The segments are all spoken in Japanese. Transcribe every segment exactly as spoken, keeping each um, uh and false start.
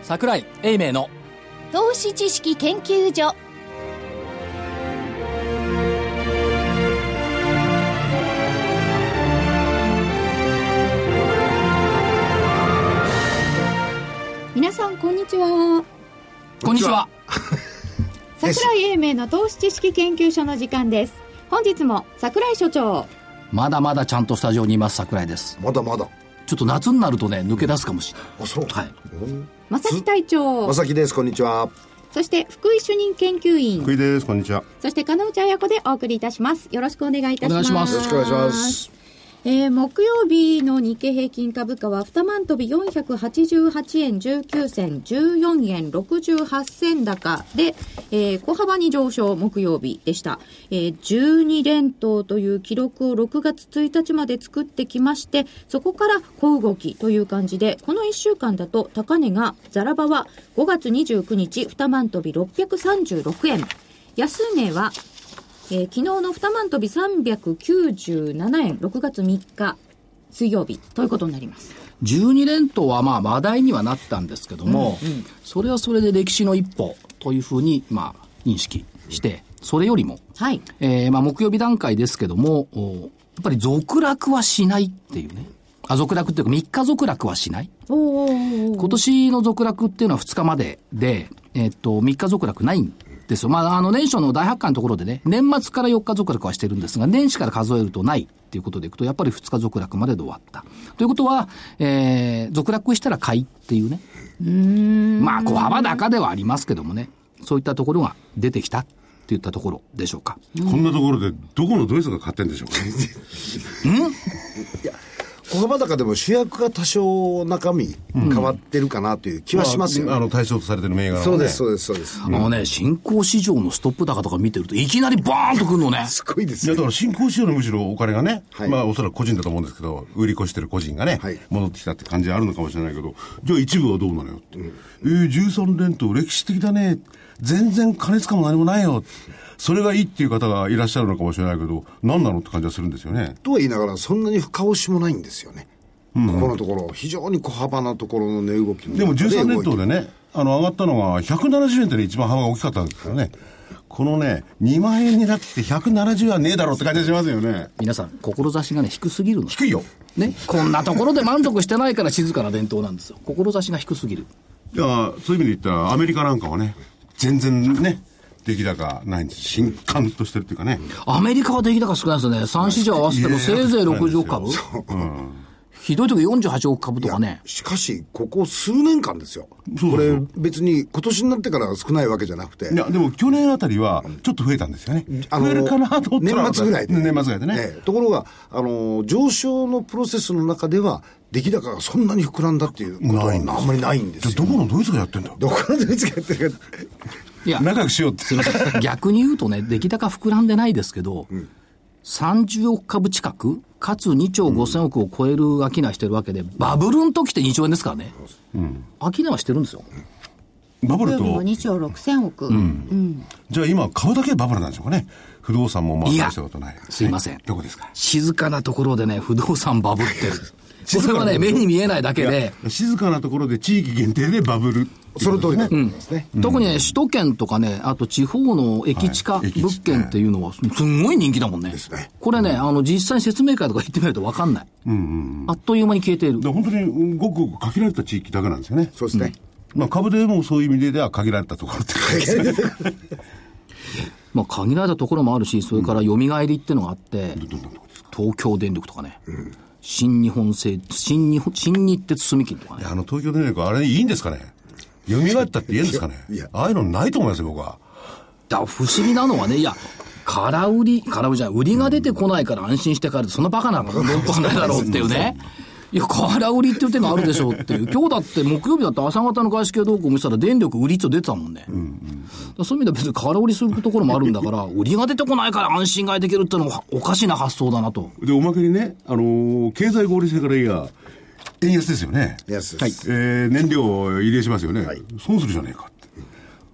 櫻井英明の投資知識研究所。 皆さんこんにちは。 こんにちは。 櫻井英明の投資知識研究所の時間です。本日も櫻井所長。 まだまだちゃんとスタジオにいます。櫻井です。 まだまだちょっと夏になるとね抜け出すかもしれない。 あ、そう。 はい。 正木隊長。 正木です。こんにちは。 そして福井主任研究員。 福井です。こんにちは。 そして金内彩子でお送りいたします。よろしくお願いいたします。 お願いします。 よろしくお願いします。 えー、木曜日の日経平均株価はに万飛びよんひゃくはちじゅうはちえんじゅうきゅう銭、じゅうよんえんろくじゅうはち銭高で、えー、小幅に上昇木曜日でした。えー、じゅうに連投という記録をろくがつついたちまで作ってきまして、そこから小動きという感じで、このいっしゅうかんだと高値がザラバはごがつにじゅうくにちに万飛びろっぴゃくさんじゅうろくえん、安値はえー、昨日のに万飛びさんびゃくきゅうじゅうななえん、ろくがつみっか水曜日ということになります。 じゅうに連投はまあ話題にはなったんですけども、うんうん、それはそれで歴史の一歩というふうにまあ認識して、それよりも、はい、えー、まあ木曜日段階ですけども、やっぱり続落はしないっていうね。あ、続落っていうかみっか続落はしない。おー、今年の続落っていうのはふつかまでで、えー、っとみっか続落ないんですよ。まあ、あの、年初の大発会のところでね、年末からよっか続落はしてるんですが、年始から数えるとないっていうことでいくと、やっぱりふつか続落までで終わった。ということは、えー、続落したら買いっていうね。うーん。まあ、小幅高ではありますけどもね、そういったところが出てきたっていったところでしょうか。 こんなところで、どこのドイツが買ってんでしょうか。 んいや、小幅高でも主役が多少中身変わってるかなという気はしますよね。 まあ、あの対象とされてる銘柄はね。 そうですそうですそうです。 あのね、新興市場のストップ高とか見てるといきなりバーンとくるのね。 すごいですね。 いやだから新興市場のむしろお金がね、はい、まあおそらく個人だと思うんですけど、売り越してる個人がね、はい、戻ってきたって感じあるのかもしれないけど、じゃあ一部はどうなのよって。うん、えー、じゅうさん連投歴史的だね。全然金つかも何もないよ。それがいいっていう方がいらっしゃるのかもしれないけど、何なのって感じはするんですよね。 とは言いながらそんなに深押しもないんですよね。うん、ここのところ非常に小幅なところの値動きのでもじゅうさん連投でね、あの上がったのがひゃくななじゅうえんって、ね、一番幅が大きかったんですからね。このねにまん円になってひゃくななじゅうはねえだろうって感じがしますよね。 皆さん志がね低すぎるの。 低いよね。こんなところで満足してないから静かな伝統なんですよ。志が低すぎる。 いやそういう意味で言ったらアメリカなんかはね全然ね出来高ないんです。新刊としてるっていうかね。アメリカは出来高少ないですよね。さん市場合わせてもせいぜいろくじゅうおく株。うん、ひどい時よんじゅうはちおく株とかね。 しかしここ数年間ですよ。そうそうそう。これ別に今年になってから少ないわけじゃなくて。 いやでも去年あたりはちょっと増えたんですよね。あの増えるかなと思ったら年末ぐらいで。 年末ぐらいでね。 ええ、ところがあの上昇のプロセスの中では出来高がそんなに膨らんだっていうことはあんまりないんですよ。 じゃあどこのドイツがやってんだ。 どこのドイツがやってるか。 いや仲良くしようって。 すいません。逆に言うとね、出来高膨らんでないですけど、うん、さんじゅうおく株近く、かつにちょうごせんおくを超える商いしてるわけで、バブルの時ってにちょうえんですからね。うん、商いはしてるんですよ。 バブルと。 にちょうろくせんおく。うんうん、 じゃあ今、買うだけバブルなんでしょうかね。不動産もまあ大したことない。 すいません。 どこですか。 静かなところでね、不動産バブってる。それはね、目に見えないだけで。 静かなところで地域限定でバブル。 その通りだと思いますね。うん、特にね、首都圏とかね、あと地方の駅地下物件っていうのは、すんごい人気だもんね。ですね。これね、あの、実際に説明会とか行ってみると分かんない。うんうん、あっという間に消えている。 本当にごくごく限られた地域だけなんですよね。 そうですね。 うん、まあ、株でもそういう意味では限られたところって感じですね。 まあ、限られたところもあるし、それから蘇りっていうのがあって、うん、東京電力とかね。うん新日本製、新日本、新日鉄住金とかね。 あの東京電力あれいいんですかね。蘇ったっていいんですかね。いや、ああいうのないと思いますよ、僕は。 だ不思議なのはね、いや、空売り、空売りじゃない、売りが出てこないから安心して帰る。そんなバカな文句はないだろうっていうね。いや、空売りっていう手があるでしょうっていう。今日だって木曜日だって朝方の外資系動向を見せたら電力売りって出てたもんね。うんうん、そういう意味では別に空売りするところもあるんだから、売りが出てこないから安心買いできるっていうのはおかしな発想だなと。 で、おまけにね、あのー、経済合理性からいや、円安ですよね。 安です。 はい。えー、燃料を入れしますよね。はい、損するじゃねえかって。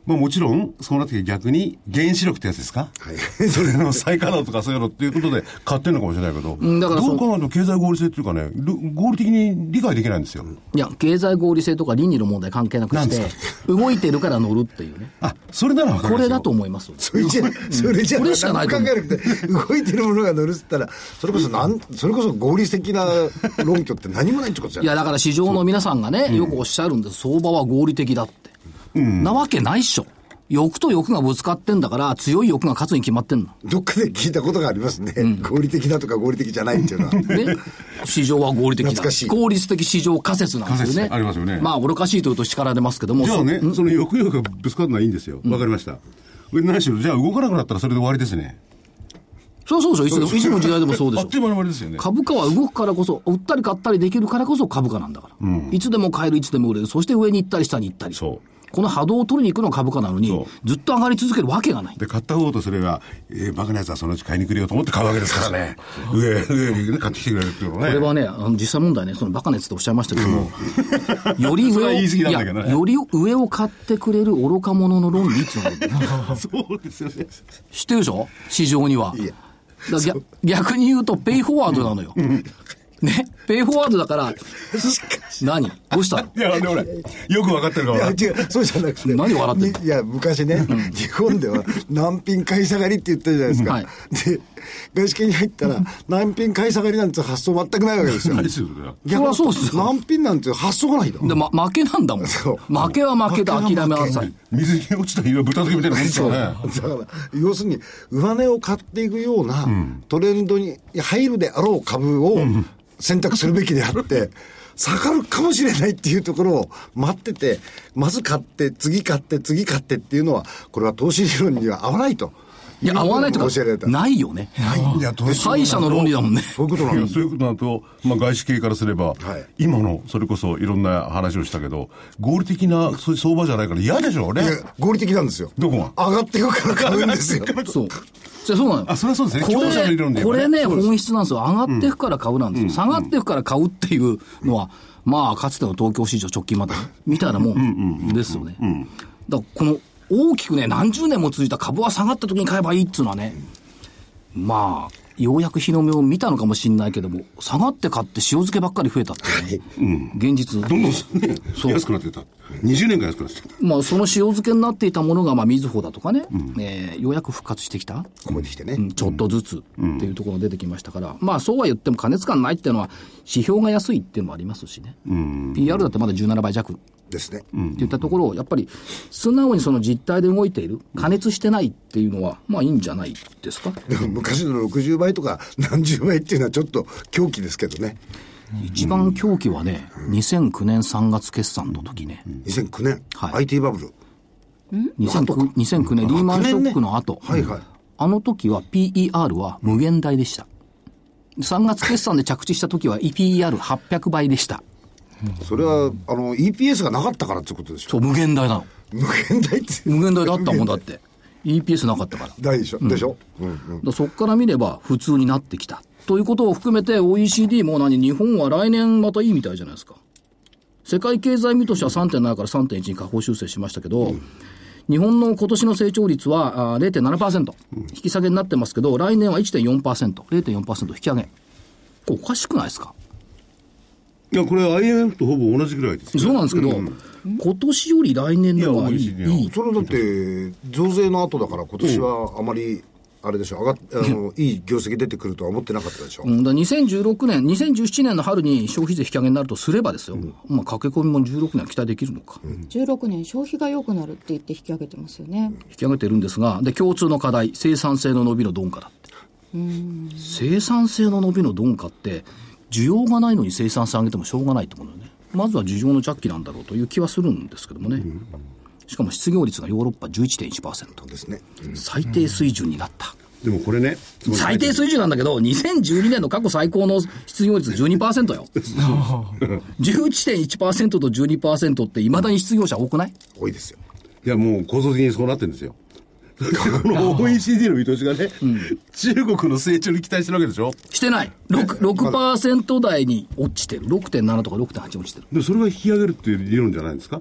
まあもちろん、そうなってきて逆に原子力ってやつですか、はい、それの再稼働とかそういうのっていうことで買ってるのかもしれないけど、うん、だからどう考えると経済合理性っていうかね、合理的に理解できないんですよ。 いや、経済合理性とか倫理の問題関係なくして、動いてるから乗るっていうね。 あ、それなら分かりますよ。 これだと思います。 それじゃ、それじゃ、これしかないと思う。考えなくて、動いてるものが乗るって言ったら、それこそなん、それこそ合理的な論拠って何もないってことじゃない。 いや、だから市場の皆さんがね、よくおっしゃるんです。相場は合理的だって。うん、なわけないっしょ。欲と欲がぶつかってんだから強い欲が勝つに決まってんの。 どっかで聞いたことがありますね、うん、合理的だとか合理的じゃないっていうのはね、市場は合理的だ、効率的市場仮説なんですよね。 ありますよね。 まあ愚かしいというと叱られますけども、 じゃあね、その欲欲がぶつかるのはいいんですよ。わかりました、うん、何しろじゃあ動かなくなったらそれで終わりですね。 そうそうそう、いつでも、いつの時代でもそうでしょ。 あっという間に終わりですよね。 株価は動くからこそ、売ったり買ったりできるからこそ株価なんだから、うん、いつでも買える、いつでも売れる、そして上に行ったり下に行ったり、そうこの波動を取りに行くのが株価なのに、ずっと上がり続けるわけがない。 で、買った方とすれば、えー、バカなやつはそのうち買いに来るよと思って買うわけですからね。上、上に、ね、買ってきてくれるっていうのね。 これはね、あの実際問題ね、そのバカなやつっておっしゃいましたけども、うん、より上を、 言い過ぎなんだけどね、 より上を買ってくれる愚か者の論理っていうのがそうですよね。 知ってるでしょ市場には。いやだ逆, 逆に言うとペイフォワードなのよ、うん、ね、ペイフォワードだから何どうしたの。 いやでもね、よく分かってるから。 いや違う、そうじゃなくて何笑ってる。 いや昔ね、うん、日本では難品買い下がりって言ったじゃないですか、うん、はい、で外資系に入ったら難品買い下がりなんて発想全くないわけですよ。 ないですよ。 逆はそうですよ。 難品なんて発想がないんだで、ま、負けなんだもん。負けは負けだ、諦めなさい。 水に落ちた色豚漬けみたいなもんですよね。だから要するに上値を買っていくようなトレンドに入るであろう株を選択するべきであって、下がるかもしれないっていうところを待ってて、まず買って次買って次買ってっていうのは、これは投資理論には合わないと。 いや、合わないとかないよね。 いや、 敗者の論理だもんね。 そういうことなんです。そういうことだと、まあ外資系からすれば、はい、今のそれこそいろんな話をしたけど、合理的なそういう相場じゃないから嫌でしょうね。いや、 合理的なんですよ。 どこが上がっていくから買うんですよ。 そう。じゃあそうなの。 あ、それはそうですね。 これ、 理論で、ね、 これね、本質なんですよ。上がっていくから買うなんですよ。うん、下がっていくから買うっていうのは、まあ、かつての東京市場直近まで、みたいなもんですよね。だからこの、大きくね、何十年も続いた株は下がった時に買えばいいっていうのはね、まあ、ようやく日の目を見たのかもしれないけども、下がって買って塩漬けばっかり増えたっていうね、うん、現実。 どんどん、ね、安くなってた。にじゅうねんかん安くなってた。 まあ、その塩漬けになっていたものが、まあ、みずほだとかね、うん、えー、ようやく復活してきた。 ここに来てね、 うん。ちょっとずつっていうところが出てきましたから、うん、まあ、そうは言っても過熱感ないっていうのは、指標が安いっていうのもありますしね。うん、ピーアール だってまだじゅうななばい弱。 ですね。 っていったところを、やっぱり、素直にその実態で動いている、過熱してないっていうのは、まあいいんじゃないですか。 でも昔のろくじゅうばいとか何十倍っていうのはちょっと狂気ですけどね。 一番狂気はね、うん、にせんきゅうねんさんがつ決算の時ね。 にせんきゅうねん、はい、アイティー バブル。 にせんきゅうねんリーマンショックの後、 ね、はいはい、 あの時は ピーイーアール は無限大でした。さんがつ決算で着地した時は ピーイーアールはっぴゃくばいでした。 それはあの イーピーエス がなかったからってことでしょ。 そう、無限大なの。 無限大って無限大だったもんだって イーピーエス なかったから大でしょ、うん、でしょ、うんうん、 だそこから見れば普通になってきたということを含めて オーイーシーディー も何、日本は来年またいいみたいじゃないですか。世界経済見通しは さんてんなな から さんてんいち に下方修正しましたけど、うん、日本の今年の成長率は れいてんななパーセント、うん、引き下げになってますけど、来年は いってんよんパーセント、れいてんよんパーセント 引き上げ。これおかしくないですか。 いや、これ アイエムエフ とほぼ同じぐらいですよ。 そうなんですけど、うん、今年より来年の方がいい。いいそれだって増税の後だから今年はあまりあれでしょ、上がっあのいい業績出てくるとは思ってなかったでしょ。 うん、だにせんじゅうろくねんにせんじゅうななねんの春に消費税引き上げになるとすればですよ、うん、まあ、駆け込みもじゅうろくねんは期待できるのか、 うん、じゅうろくねん消費が良くなるって言って引き上げてますよね。 引き上げてるんですが、で共通の課題、生産性の伸びの鈍化だって。うーん、生産性の伸びの鈍化って需要がないのに生産性上げてもしょうがないと思うのよね。まずは需要の着地なんだろうという気はするんですけどもね、うん、しかも失業率がヨーロッパ じゅういってんいちパーセント ですね、うん、最低水準になった、 うん、でもこれね、 最低水準なんだけどにせんじゅうにねんの過去最高の失業率 じゅうにパーセント よじゅういってんいちパーセント と じゅうにパーセント っていまだに失業者多くない？ 多いですよ。 いや、もう構造的にそうなってるんですよ。この オーイーシーディー の見通しがね、うん、中国の成長に期待してるわけでしょ。 してない。 6%, ろくパーセント台に落ちてる。 ろくてんなな とか ろくてんはち 落ちてる。 でそれが引き上げるっていう理論じゃないんですか。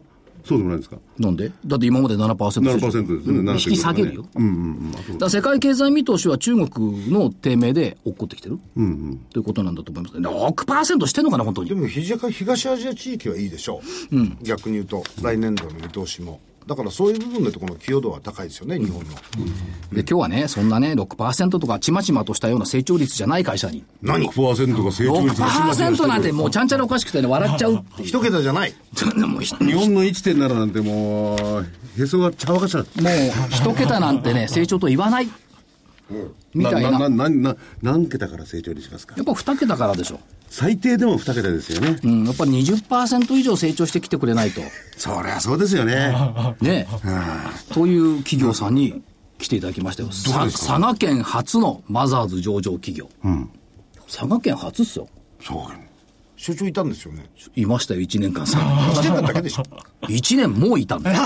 そうでもないんですか。 なんでだって今まで ななパーセントななパーセント ですね。 引き下げるよ。うんうんうん。だから世界経済見通しは中国の低迷で落っこってきてる、うんうん、ということなんだと思います。ろくパーセント してんのかな本当に。 でも東アジア地域はいいでしょう、うん、逆に言うと来年度の見通しも。だからそういう部分でとこの寄与度は高いですよね、日本の、 うん、で今日はねそんなね ろくパーセント とかちまちまとしたような成長率じゃない会社に何 ろくパーセント が成長率がちまちまろくパーセント なんてもうちゃんちゃらおかしくてね笑っちゃうって一桁じゃない日本の いってんなな なんてもうへそが茶沸かしちゃう。 もう一桁なんてね成長と言わない、うん、みたいな。 な、な、な、な、何桁から成長にしますか。 やっぱに桁からでしょ。 最低でもに桁ですよね。 うん、やっぱり にじゅっパーセント 以上成長してきてくれないと。 そりゃそうですよね。 ねえ。という企業さんに来ていただきましたよ。佐賀県初のマザーズ上場企業。うん。佐賀県初っすよ。 そう。 所長いたんですよね。 いましたよ、いちねんかんさ。 いちねんかんだけでしょ。 いちねんもういたんだよ。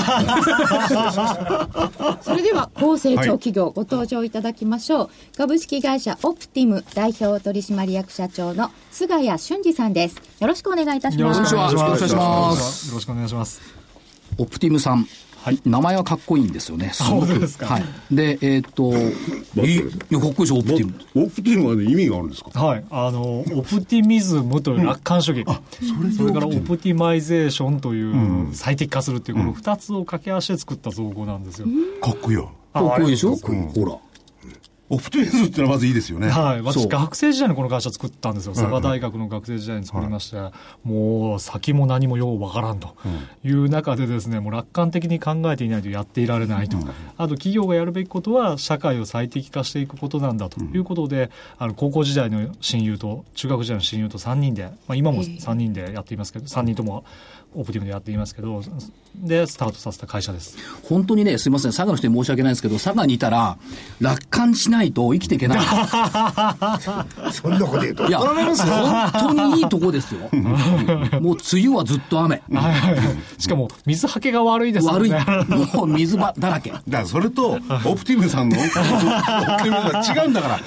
それでは、高成長企業、ご登場いただきましょう。株式会社オプティム代表取締役社長の菅谷俊二さんです。よろしくお願いいたします。 よろしくお願いします。 よろしくお願いします。 オプティムさん。はい、名前はかっこいいんですよね。 そうですか。 はい。で、えー、っと、いや、かっこいいでしょ、オプティム。 オプティムは、ね、意味があるんですか。 はい。あの、オプティミズムという楽観主義。うん、あ、それそれからオプティマイゼーションという、うん、最適化するっていう、この二つを掛け合わせて作った造語なんですよ。うん、 かっこいいよ。 かっこいいでしょ、うん、ほら。 オプティミズムってのはまずいいですよね。 はい。私、学生時代にこの会社作ったんですよ。佐賀大学の学生時代に作りまして、はい、もう先も何もようわからんという中でですね、もう楽観的に考えていないとやっていられないと。うん、あと、企業がやるべきことは社会を最適化していくことなんだということで、うん、あの、高校時代の親友と、中学時代の親友とさんにんで、まあ今もさんにんでやっていますけど、さんにんともオプティムでやっていますけど、でスタートさせた会社です。 本当にね、すいません、佐賀の人に申し訳ないですけど、佐賀にいたら楽観しないと生きていけない。 そんなこと言うと、 いや、本当にいいとこですよ。もう梅雨はずっと雨。 しかも水はけが悪いですよね。 悪い。もう水場だらけ。だからそれとオプティムさんのオプティムは違うんだから。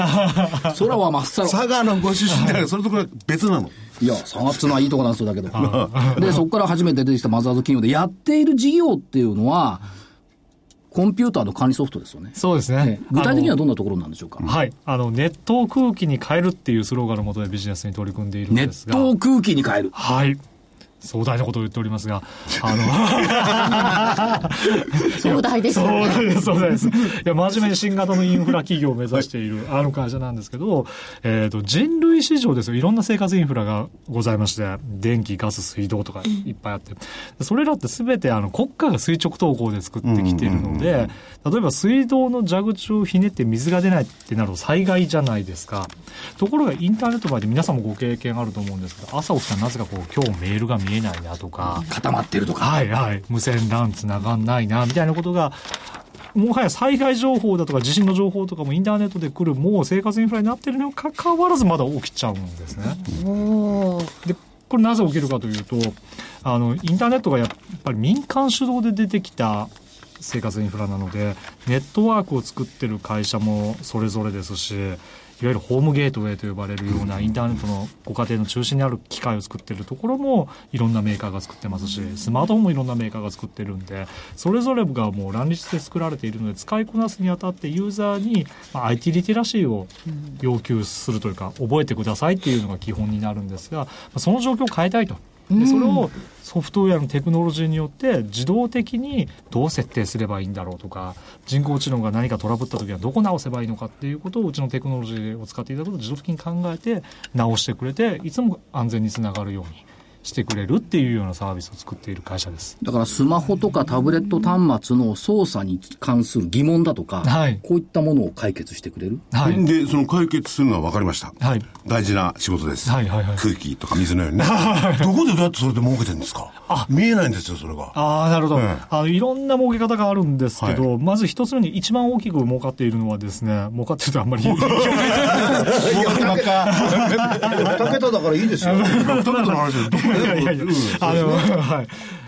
空は真っ青。 佐賀のご出身だからそれとこれ別なの。 いや、佐賀っつうのはいいとこなんですよ、だけど。で、そこから初めて出てきたマザーズ企業でやっている事業っていうのは、コンピューターの管理ソフトですよね。 そうですね。ね、 具体的にはどんなところなんでしょうか。 はい。あの、ネットを空気に変えるっていうスローガンのもとでビジネスに取り組んでいるんですが。 ネットを空気に変える。 はい。壮大なことを言っておりますが、 あの壮大ですよね。 壮大です、壮大です。いや、真面目に新型のインフラ企業を目指しているあの会社なんですけど、えっと、人類史上ですよ、いろんな生活インフラがございまして、電気、ガス、水道とかいっぱいあって、それらってすべてあの国家が垂直投稿で作ってきているので、例えば水道の蛇口をひねって水が出ないってなると災害じゃないですか。ところがインターネットまで皆さんもご経験あると思うんですけど、朝起きたらなぜかこう、今日メールが見えないなとか、 固まってるとか、 はいはい、無線 ラン 繋がんないなみたいなことが、もはや災害情報だとか地震の情報とかもインターネットで来る、もう生活インフラになってるにもかかわらずまだ起きちゃうんですね。おでこれなぜ起きるかというと、あのインターネットがやっぱり民間主導で出てきた生活インフラなので、ネットワークを作ってる会社もそれぞれですし、いわゆるホームゲートウェイと呼ばれるようなインターネットのご家庭の中心にある機械を作っているところもいろんなメーカーが作ってますし、スマートフォンもいろんなメーカーが作ってるんで、それぞれがもう乱立して作られているので、使いこなすにあたってユーザーに、まあ、アイティー リテラシーを要求するというか、覚えてくださいっていうのが基本になるんですが、その状況を変えたいと。でそれをソフトウェアのテクノロジーによって自動的にどう設定すればいいんだろうとか、人工知能が何かトラブった時はどこ直せばいいのかっていうことをうちのテクノロジーを使っていただくと自動的に考えて直してくれて、いつも安全につながるようにしてくれるっていうようなサービスを作っている会社です。 だからスマホとかタブレット端末の操作に関する疑問だとか、はい、こういったものを解決してくれる、 はい、でその解決するのは分かりました、はい、大事な仕事です、 はいはいはい、 空気とか水のようにねどこでどうやってそれで儲けてるんですか。あ見えないんですよそれが。 ああなるほど、ええ、あのいろんな儲け方があるんですけど、はい、まず一つ目に一番大きく儲かっているのはですね、儲かってるとあんまり儲かってばっかに桁だからいいですよに桁の話でどこでいやいやいやあの、はい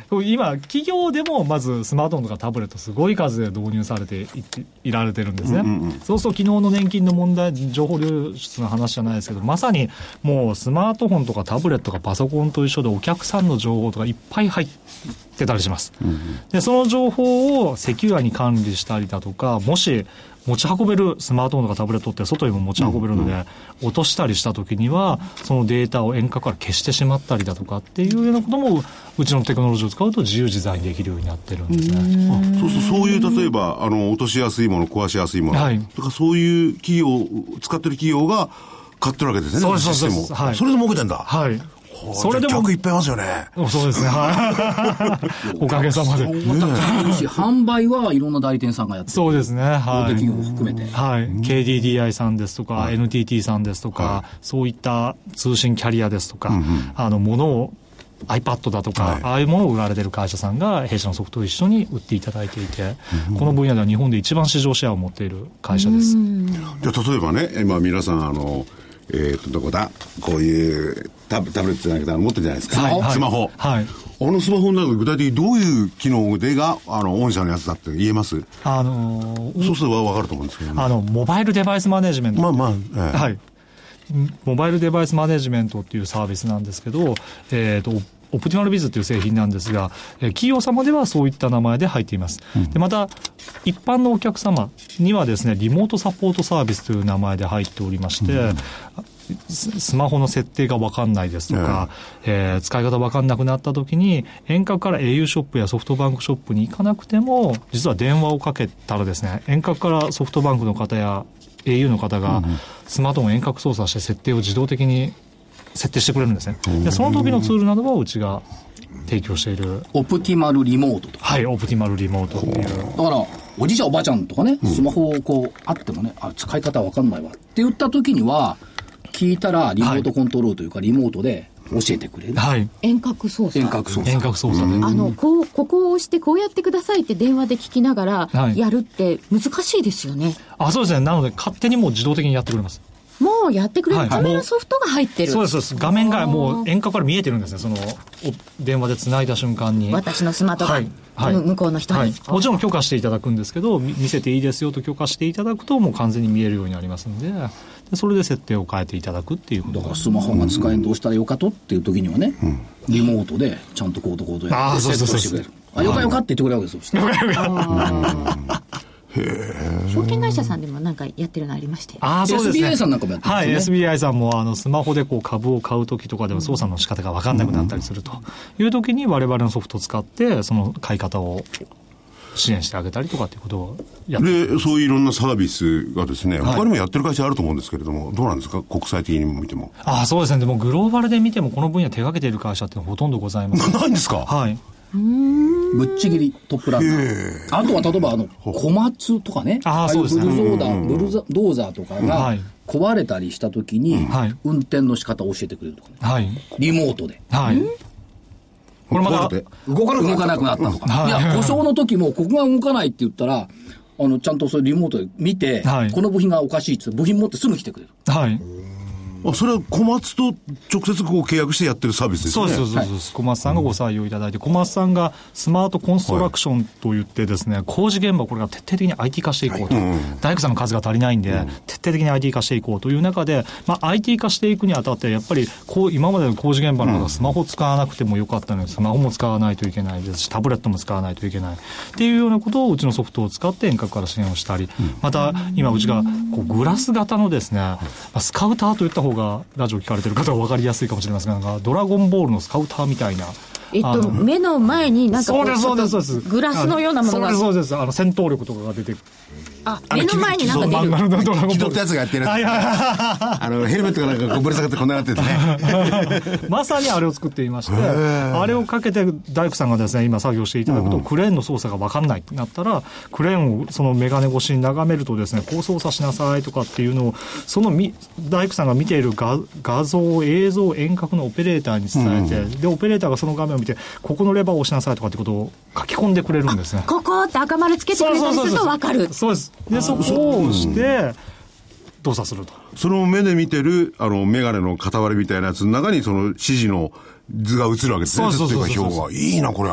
今企業でもまずスマートフォンとかタブレットすごい数で導入されて い, いられてるんですね、うんうんうん、そうすると昨日の年金の問題情報流出の話じゃないですけど、まさにもうスマートフォンとかタブレットとかパソコンと一緒でお客さんの情報とかいっぱい入ってたりします、うんうん、でその情報をセキュアに管理したりだとか、もし持ち運べるスマートフォンとかタブレットって外にも持ち運べるので、うんうん、落としたりした時にはそのデータを遠隔から消してしまったりだとかっていうようなこともうちのテクノロジーを使うと自由自在にできるようになってるんですね。 あ、そうそう、そういう例えばあの落としやすいもの壊しやすいもの、はい、とかそういう企業使ってる企業が買ってるわけですね。 そうそうそうそう、はい、 それで儲けてんだ。 はい。 それでも客いっぱいいますよね。 そうですね。はい。おかげさまで。 販売はいろんな代理店さんがやってる。 そうですね。はい。 大手企業を含めて。 はい。ケーディーディーアイ さんですとか、はい、エヌティーティー さんですとか、はい、そういった通信キャリアですとか、うんうん、あの、ものを、iPad だとか、はい、ああいうものを売られてる会社さんが弊社のソフトと一緒に売っていただいていて、うん、この分野では日本で一番市場シェアを持っている会社です。 じゃあ例えばね、今皆さんあの、えーと、どこだこういうタブ、タブレットじゃなくて持ってるじゃないですか、はい、スマホ、はい、あのスマホになると具体的にどういう機能でがあの御社のやつだって言えます？ あのー、 そうすれば分かると思うんですけどね。 あのモバイルデバイスマネジメント、 まあまあ、ええ、はい、 モバイルデバイスマネジメントっていうサービスなんですけど、えーとオプティマルビズという製品なんですが、企業様ではそういった名前で入っています。うん、でまた一般のお客様にはですね、リモートサポートサービスという名前で入っておりまして、うん、スマホの設定が分かんないですとか、うん、えー、使い方分かんなくなった時に遠隔から エーユー ショップやソフトバンクショップに行かなくても、実は電話をかけたらですね、遠隔からソフトバンクの方や エーユー の方がスマートフォンを遠隔操作して設定を自動的に設定してくれるんですね。でその時のツールなどはうちが提供しているオプティマルリモートとか、 はい、オプティマルリモートっていう。 だからおじいちゃんおばあちゃんとかね、スマホをこうあってもね、あ、使い方わかんないわって言った時には聞いたらリモートコントロールというか、はい、リモートで教えてくれる、 はい、遠隔操作遠隔操作遠隔操作で、 あのこうここを押してこうやってくださいって電話で聞きながらやるって難しいですよね。 はい、あ、そうですね。なので勝手にもう自動的にやってくれます。 もうやってくれる、はい、カメラソフトが入ってる。 そうですそうです。画面がもう遠隔から見えてるんですね。その電話でつないだ瞬間に私のスマートフォン、はいはい、向こうの人に、はい、 もちろん許可していただくんですけど、見せていいですよと許可していただくともう完全に見えるようになりますので、でそれで設定を変えていただくっていうこと。 だからスマホが使えんどうしたらよかとっていう時にはね、うん、リモートでちゃんとコードコードやってセットしてくれる。あ、よかよかって言ってくれるわけですよ。 あ証券会社さんでもなんかやってるのありまして、 あ、そうですね、 エスビーアイ さんなんかもやってますね。 はい、エスビーアイ さんもあのスマホでこう株を買うときとかでも操作の仕方が分かんなくなったりするというときに我々のソフトを使ってその買い方を支援してあげたりとかっていうことをやってで、そういういろんなサービスがですね、他にもやってる会社あると思うんですけれども、はい、どうなんですか、国際的にも見ても。 あ、そうですね。でもグローバルで見てもこの分野手掛けている会社ってほとんどございます。 何ですか。 はい。 ぶっちぎりトップランナー。あとは例えばあの小松とかね、ああ、そうですね、ブルゾーダー、ブルゾドーザーとかが壊れたりしたときに運転の仕方を教えてくれるとかね、はい、リモートで、はい、 これまだ動かなくなったとか、いや故障の時もここが動かないって言ったらあのちゃんとそれリモートで見て、はい、この部品がおかしいって部品持ってすぐ来てくれる。 はい。 あ、それは小松と直接こう契約してやってるサービスですね。 そうですそうです、はい、小松さんがご採用いただいて、小松さんがスマートコンストラクションといってですね、はい、工事現場をこれが徹底的に アイティー 化していこうと、はい、大工さんの数が足りないんで、うん、徹底的に アイティー 化していこうという中で、まあ、アイティー 化していくにあたってやっぱりこう今までの工事現場の方がスマホ使わなくてもよかったのに、スマホも使わないといけないですしタブレットも使わないといけないっていうようなことをうちのソフトを使って遠隔から支援をしたり、うん、また今うちがこうグラス型のですね、まあ、スカウターといった方がラジオ聞かれてる方は分かりやすいかもしれませんが、ドラゴンボールのスカウターみたいな、 えっと、目の前になんかこうそうですそうですグラスのようなものが、 そうですそうです、あの戦闘力とかが出てくる。 あ、目の前になんか出る気取ったやつがやってるやつ、はいはいはい、あのヘルメットがなんかこうぶら下がってこんななっててねまさにあれを作っていまして、あれをかけて大工さんがですね今作業していただくと、うん、クレーンの操作が分かんないってなったらクレーンをそのメガネ越しに眺めるとですね、こう操作しなさいとかっていうのをそのみ大工さんが見ている 画, 画像映像遠隔のオペレーターに伝えて、うん、でオペレーターがその画面を見てここのレバーを押しなさいとかってことを書き込んでくれるんですね。 ここって赤丸つけてくれたりすると分かる。 そうです。でそこをして動作すると。 その目で見てるあのメガネの片割れみたいなやつの中にその指示の図が映るわけですね。そうそうそうそうそう。いいなこれは。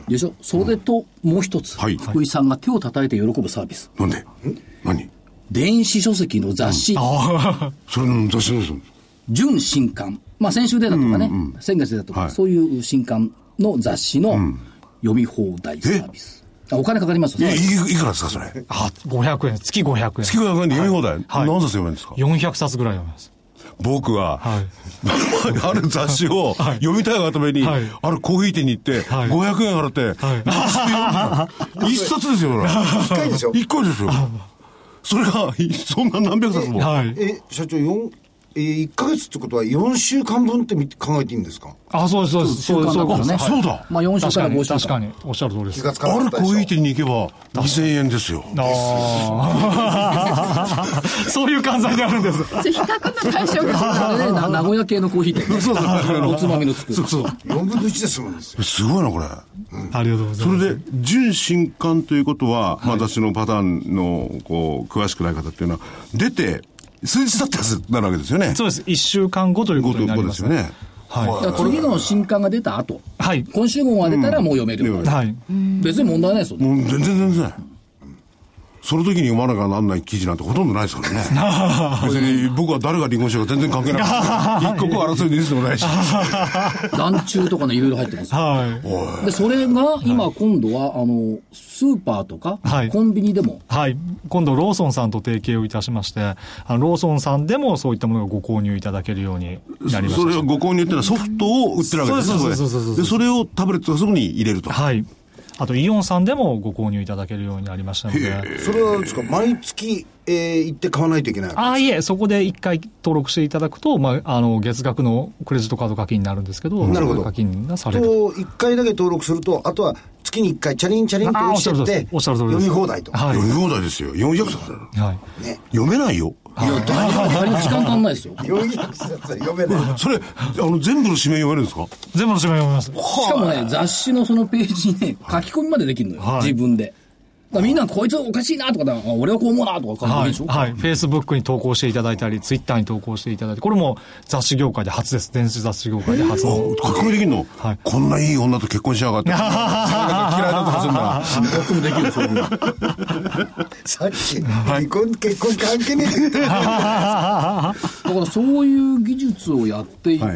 でしょ。それともう一つ、はい、福井さんが手を叩いて喜ぶサービス。 なんで？ん何？ 電子書籍の雑誌。うん、 あそれの雑誌です。 純新刊。まあ先週出たとかね、うんうん、先月出たとか、はい、そういう新刊の雑誌の読み放題サービス。お金かかりますよね。 い, い, いくらですかそれ？ あ、ごひゃくえん。月ごひゃくえん。 月ごひゃくえんで読み放題、はい、何冊読めるんですか？ よんひゃくさつぐらい読めます。僕は、はい、ある雑誌を読みたいがために、はい、あるコーヒー店に行って、はい、ごひゃくえん払って、はい、一冊ですよ。 一回でしょ？ 一回ですよ。それがそんな何百冊も。 はい、え社長よんえー、いっかげつってことはよんしゅうかんぶんって考えていいんですか？ あ、そうです、そうです。 そうです、そうですね。 そうだ。 まあよんしゅうからごしゅうかん。 確かに、おっしゃる通りです。 気がつかなかったでしょ。 あるコーヒー店に行けばにせんえんですよ。 ああ。そういう換算であるんです。 比較の対象が名古屋系のコーヒー店。そうそう。おつまみのつく。 そうそう。 よんぶんのいちですもんですよ。 すごいな、これ。 うん、ありがとうございます。 それで、純新刊ということは、はい、まあ私のパターンの、こう、詳しくない方っていうのは、出て、数日だったやつになるわけですよね。 そうです。いっしゅうかんごということになりますね。 ですよね。 はい。次の新刊が出た後。はい。今週号が出たらもう読める。うん、はい。別に問題ないですよ。 もう全然全然。その時に読まなきゃなんない記事なんてほとんどないですからね。別に僕は誰が離婚したか全然関係ない。一刻争いでいいでもないし。 団中とかね、いろいろ入ってます。はい。で、それが今今度は、あの、スーパーとか、はい、コンビニでも。 はい。今度ローソンさんと提携をいたしまして、あのローソンさんでもそういったものがご購入いただけるようになりました。 それはご購入っていうのはソフトを売ってるわけですね。そうそうそうそう。で、それをタブレットがそこに入れると。 はい。あとイオンさんでもご購入いただけるようになりましたので。 それはですか、毎月、えー、行って買わないといけないわけですか？ あ、いえ、そこで一回登録していただくと、まあ、あの月額のクレジットカード課金になるんですけど、 なるほど。 課金がされると一回だけ登録すると、あとは月に一回チャリンチャリンと押してって読み放題と、 はい、読み放題ですよ。よんひゃくさつ、はい、ね、読めないよ。 いや、誰も時間足んないですよ。 よんひゃくさつは読めない。 それ、あの、全部の紙面読めるんですか？ 全部の紙面読めます。 しかもね、雑誌のそのページにね、書き込みまでできるのよ。はい、自分で。だみんなこいつおかしいなとか、俺はこう思うなとか感じでしょ。 はい。フェイスブックに投稿していただいたり、ツイッターに投稿していただいて、これも雑誌業界で初です。電子雑誌業界で初の。 書き込みできるの？はい。こんないい女と結婚しやがって。嫌いだとかするんだ。 僕もできる、そういうの。 さっき、離婚、結婚関係ねえ。だからそういう技術をやっていて、はい、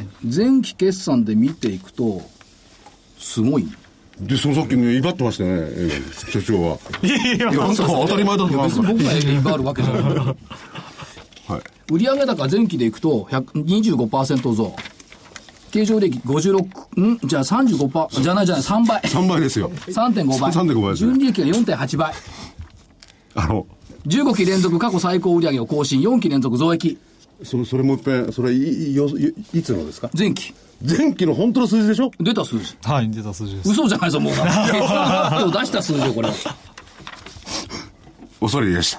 前期決算で見ていくと、すごい。 で、そのさっきね、威張ってましたね、えー、社長は。いやいや、いや、当たり前だと思います。 僕が威張るわけじゃない。はい。売上高前期でいくと、にじゅうごパーセント 増。経常利益ごじゅうろく、んじゃあ さんじゅうごパーセント、じゃないじゃない、さんばい。 さんばいですよ。 さんてんごばい。 さんてんごばいです、ね。 純利益が よんてんはちばい。 あの、 じゅうごき連続過去最高売上を更新、よんき連続増益。 それ、それもう一遍、それい、い、い、いつのですか？ 前期。 前期の本当の数字でしょ？ 出た数字。 はい、出た数字です。 嘘じゃないぞ、もう。決算発表出した数字よ、これは。 恐れ入りました。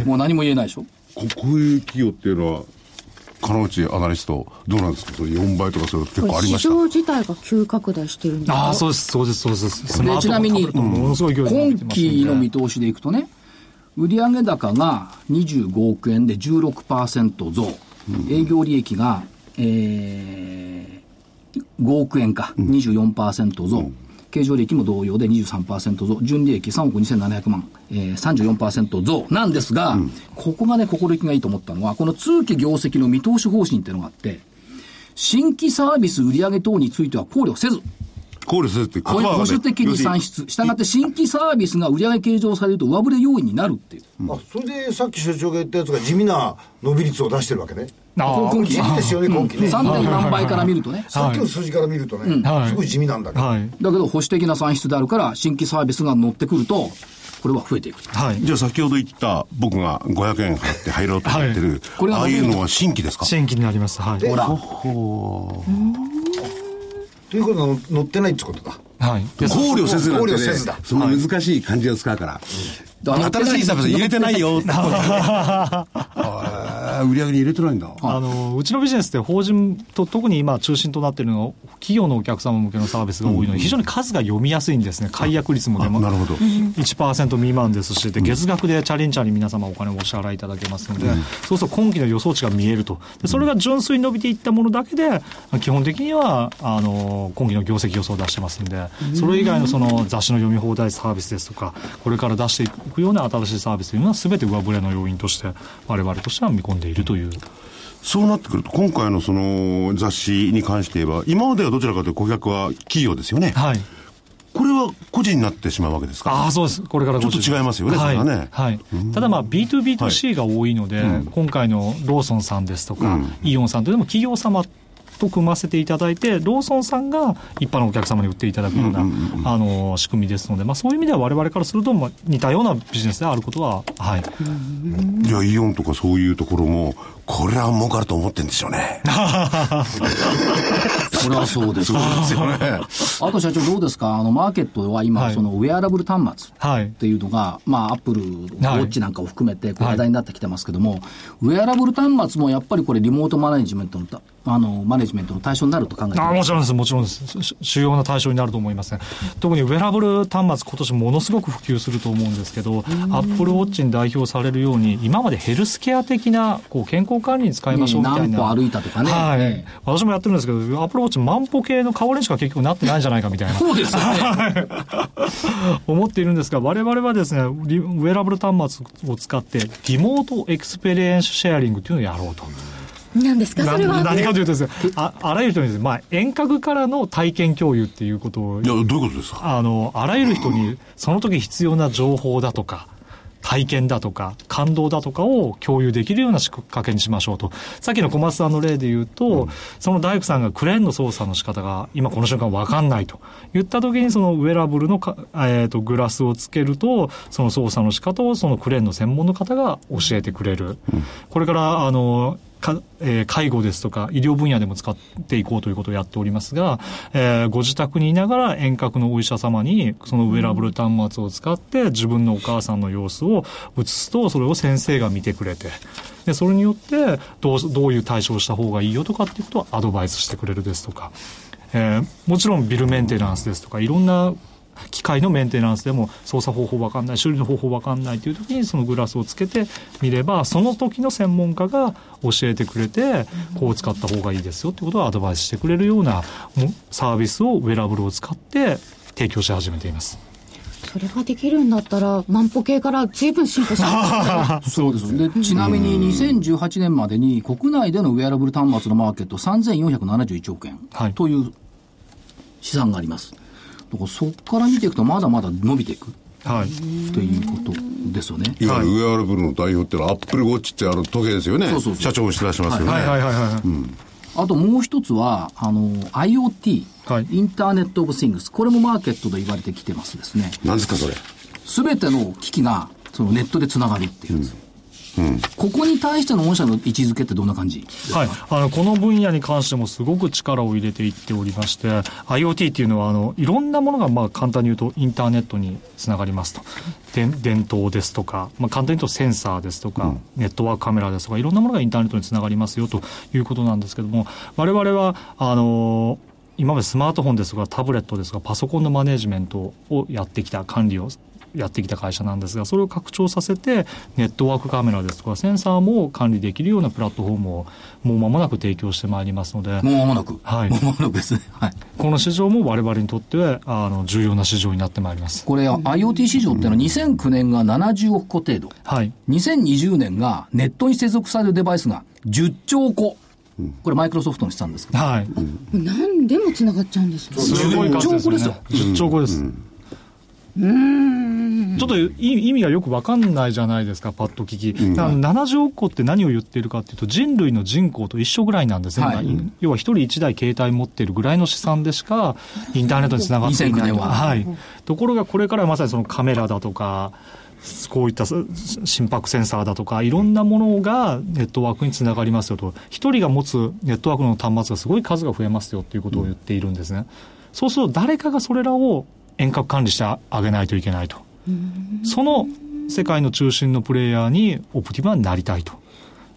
もう何も言えないでしょ？ こ, こういう企業っていうのは、金内アナリスト、どうなんですか？それよんばいとかそういうの結構ありました。 市場自体が急拡大してるんですか？ ああ、そうです、そうです、そうです。 で、ちなみに、今期の見通しでいくとね、売上高がにじゅうごおくえんで じゅうろくパーセント 増、うん、営業利益が、えー、ごおくえんか、うん、にじゅうよんパーセント 増、うん、経常利益も同様で にじゅうさんパーセント 増、純利益さんおくにせんななひゃくまん、えー、さんじゅうよんパーセント 増なんですが、うん、ここがね、心意気がいいと思ったのは、この通期業績の見通し方針っていうのがあって、新規サービス売上等については考慮せず、 考慮せずって保守的に算出。したがって新規サービスが売上計上されると上振れ要因になるっていう。 うん、あ、それでさっき所長が言ったやつが地味な伸び率を出してるわけね。 あ今期地味ですよね、今期ね。 さんてん何倍から見るとね。 さっきの数字から見るとね、はい、すごい地味なんだけど。はい、 だけど保守的な算出であるから、新規サービスが乗ってくると、これは増えていく。 はい。じゃあ先ほど言った僕がごひゃくえん払って入ろうと思ってる、はい、これはああいうのは新規ですか？ 新規になります。はい。 ほら。 ほということは乗ってないってことだ。 はい。考慮せずなんてね、そんな難しい漢字を使うから。はい、うん、新しいサービス入れてないよ。 ー、売り上げに入れてないんだ。 あのうちのビジネスって法人と特に今中心となっているのが企業のお客様向けのサービスが多いので、うん、非常に数が読みやすいんですね。解約率もでもなるほどいちパーセント 未満ですし、で月額でチャレンジャーに皆様お金をお支払いいただけますので、うん、そうすると今期の予想値が見えると。でそれが純粋に伸びていったものだけで基本的にはあの今期の業績予想を出してますんで、それ以外のその雑誌の読み放題サービスですとか、これから出していくような新しいサービスというのは全て上振れの要因として我々としては見込んでいるという。 そうなってくると今回のその雑誌に関して言えば、今まではどちらかというと顧客は企業ですよね。 はい。 これは個人になってしまうわけですか。 ああ、そうです。これからちょっと違いますよね、 はい、 それはね。 はい。ただまあ ビーツービーツーシー が多いので、はい、今回のローソンさんですとか、うん、イオンさんというのも企業様と組ませていただいて、ローソンさんが一般のお客様に売っていただくような、うんうんうん、あの仕組みですので、まあ、そういう意味では我々からすると、まあ、似たようなビジネスであることは、はい。 じゃあイオンとかそういうところもこれは儲かると思ってるんでしょうね。 それはそうです。そうですよね。あと社長どうですか、あのマーケットは今、はい、そのウェアラブル端末っていうのが、はい、まあアップルウォッチなんかを含めてこう話題になってきてますけども、はい、ウェアラブル端末もやっぱりこれリモートマネジメントのあのマネジメントの対象になると考えていますか。 あ、もちろんです、もちろんです。主要な対象になると思いますね。特にウェアラブル端末今年ものすごく普及すると思うんですけど、アップルウォッチに代表されるように今までヘルスケア的なこう健康管理に使いましょうみたいな、 ね、何歩歩いたとかね、 はいね、私もやってるんですけど、アップルウォッチ万歩計の代わりにしか結局なってないんじゃないかみたいなそうですよね思っているんですが、我々はですね、ウェアラブル端末を使ってリモートエクスペリエンスシェアリングというのをやろうと。 何ですかそれは。 何かというとですね、あ, あらゆる人にですね、まあ、遠隔からの体験共有っていうことを、 いや、どういうことですか。 あのあらゆる人にその時必要な情報だとか体験だとか感動だとかを共有できるような仕掛けにしましょうと。さっきの小松さんの例で言うと、うん、その大工さんがクレーンの操作の仕方が今この瞬間分かんないと言った時に、そのウェアラブルのか、えーと、グラスをつけるとその操作の仕方をそのクレーンの専門の方が教えてくれる、うん、これからあのかえー、介護ですとか医療分野でも使っていこうということをやっておりますが、えー、ご自宅にいながら遠隔のお医者様にそのウェアラブル端末を使って自分のお母さんの様子を映すと、それを先生が見てくれて、でそれによってどう、どういう対処をした方がいいよとかっていうことをアドバイスしてくれるですとか、えー、もちろんビルメンテナンスですとかいろんな機械のメンテナンスでも操作方法わかんない、修理の方法わかんないという時にそのグラスをつけてみれば、その時の専門家が教えてくれて、こう使った方がいいですよということをアドバイスしてくれるようなサービスをウェアラブルを使って提供し始めています。 それができるんだったら万歩計から随分進歩します、ね、 そうですでちなみににせんじゅうはちねんまでに国内でのウェアラブル端末のマーケットさんぜんよんひゃくななじゅういちおくえんという試算があります。だからそこから見ていくとまだまだ伸びていく、はい、ということですよね。 いわゆるウェアラブルの代表っていうのはアップルウォッチってある時計ですよね。そうそうそう、社長もしてらっしゃいますよね。はいはいはいはい、うん、 あともう一つはあの IoT、はい、インターネットオブシングス、これもマーケットで言われてきてますですね。 何ですかそれ。 全ての機器がそのネットでつながるっていうやつ、うんうん、ここに対しての御社の位置づけってどんな感じですか。 はい、あのこの分野に関してもすごく力を入れていっておりまして、 IoT っていうのはあのいろんなものがまあ簡単に言うとインターネットにつながりますと。で電灯ですとか、まあ、簡単に言うとセンサーですとか、うん、ネットワークカメラですとかいろんなものがインターネットにつながりますよということなんですけども、我々はあの今までスマートフォンですとかタブレットですとかパソコンのマネジメントをやってきた、管理をやってきた会社なんですが、それを拡張させてネットワークカメラですとかセンサーも管理できるようなプラットフォームをもう間もなく提供してまいりますので。 もう間もなく、 はい、 もう間もなくですね、はい、 この市場も我々にとってはあの重要な市場になってまいります。 これ IoT 市場っていうのはにせんきゅうねんがななじゅうおくこ程度、はい、にせんにじゅうねんがネットに接続されるデバイスがじゅっちょうこ、これマイクロソフトの資産ですけど、 はい、 うん、何でもつながっちゃうんですよ。 すごい数ですね。じゅっちょうこです、うんうーん、ちょっと意味がよく分かんないじゃないですか、パッと聞き、うん、だからななじゅうおくこって何を言っているかというと人類の人口と一緒ぐらいなんですね、はい、要は一人一台携帯持っているぐらいの資産でしかインターネットにつながっていないと、はい、ところがこれからまさにそのカメラだとかこういった心拍センサーだとかいろんなものがネットワークにつながりますよと、一人が持つネットワークの端末がすごい数が増えますよということを言っているんですね、うん、そうすると誰かがそれらを遠隔管理してあげないといけないと、その世界の中心のプレイヤーにオプティムはなりたいと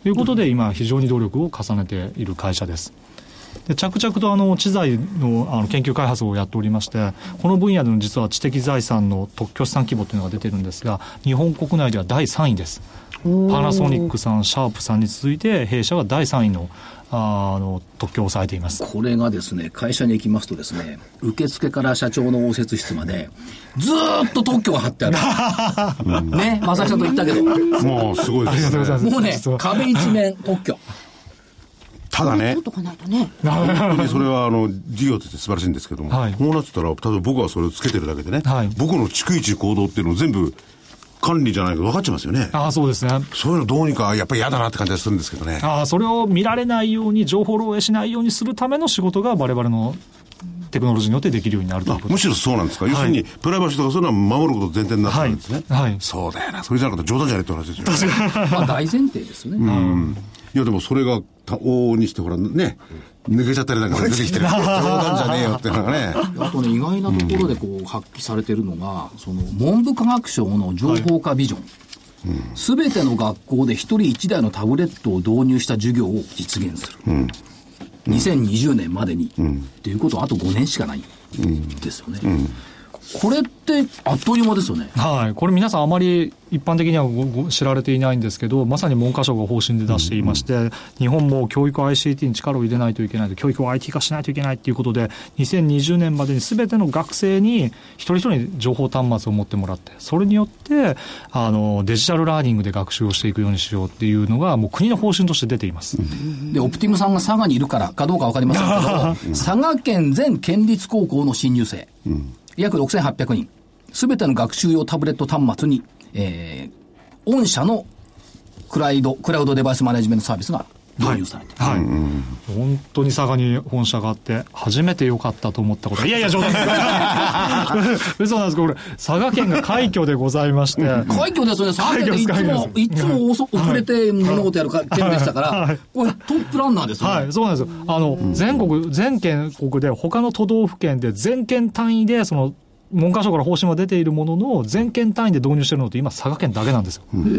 ということで今非常に努力を重ねている会社です。で着々とあの知財 の, あの研究開発をやっておりまして、この分野での実は知的財産の特許資産規模というのが出てるんですが、日本国内ではだいさんいです。パナソニックさん、シャープさんに続いて弊社がだいさんいのあの特許を抑えています。 これがですね、会社に行きますとですね、受付から社長の応接室までずーっと特許が貼ってあるね、正木さんと言ったけどもうすごいですね。 もうね、壁一面特許。 ただね、 取っとかないとね。 本当にそれはあの事業として素晴らしいんですけども、はい、こうなってたら、例えば僕はそれをつけてるだけでね、はい、僕の逐一行動っていうのを全部管理じゃないか分かっちゃいますよね。 ああ、そうですね。 そういうのどうにかやっぱり嫌だなって感じがするんですけどね。 ああ、それを見られないように、情報漏洩しないようにするための仕事が我々のテクノロジーによってできるようになるということ。 むしろそうなんですか、はい、要するにプライバシーとかそういうのは守ること前提になってるんですね、 はいはい、 そうだよな、それじゃなくて冗談じゃないって話ですよね。 まあ大前提ですね。うん、 いやでもそれが往々にしてほらね、抜けちゃったりなんか出てきてる冗談じゃねえよっていうのがね。 あとね、意外なところでこう発揮されてるのが、その文部科学省の情報化ビジョン、すべ、はい、ての学校で一人一台のタブレットを導入した授業を実現する、うん、にせんにじゅうねんまでに、うん、っていうことはあとごねんしかないんですよね、うんうん、これってあっという間ですよね。 はい、これ皆さんあまり一般的にはごご知られていないんですけど、まさに文科省が方針で出していまして、うんうん、日本も教育 アイシーティー に力を入れないといけないと、教育を アイティー 化しないといけないということで、にせんにじゅうねんまでに全ての学生に一人一人情報端末を持ってもらって、それによってあのデジタルラーニングで学習をしていくようにしようっていうのがもう国の方針として出ています。 でオプティムさんが佐賀にいるからかどうか分かりませんけど佐賀県全県立高校の新入生、うん、約ろくせんはっぴゃくにん、すべての学習用タブレット端末に、えー、御社のクラウド、クラウドデバイスマネジメントサービスが導入されて、 はいはい、うん、本当に佐賀に本社があって初めて良かったと思ったこと。いやいや冗談です嘘なんですけど、これ佐賀県が快挙でございまして、 快挙ですよね。佐賀県っていつもいつも遅遅れて物事やる県でしたから、はい、これトップランナーですよね。 はい、そうなんですよ。あの、うん、全国全県国で他の都道府県で全県単位でその文科省から方針は出ているものの全県単位で導入しているのって今佐賀県だけなんですよ。うん、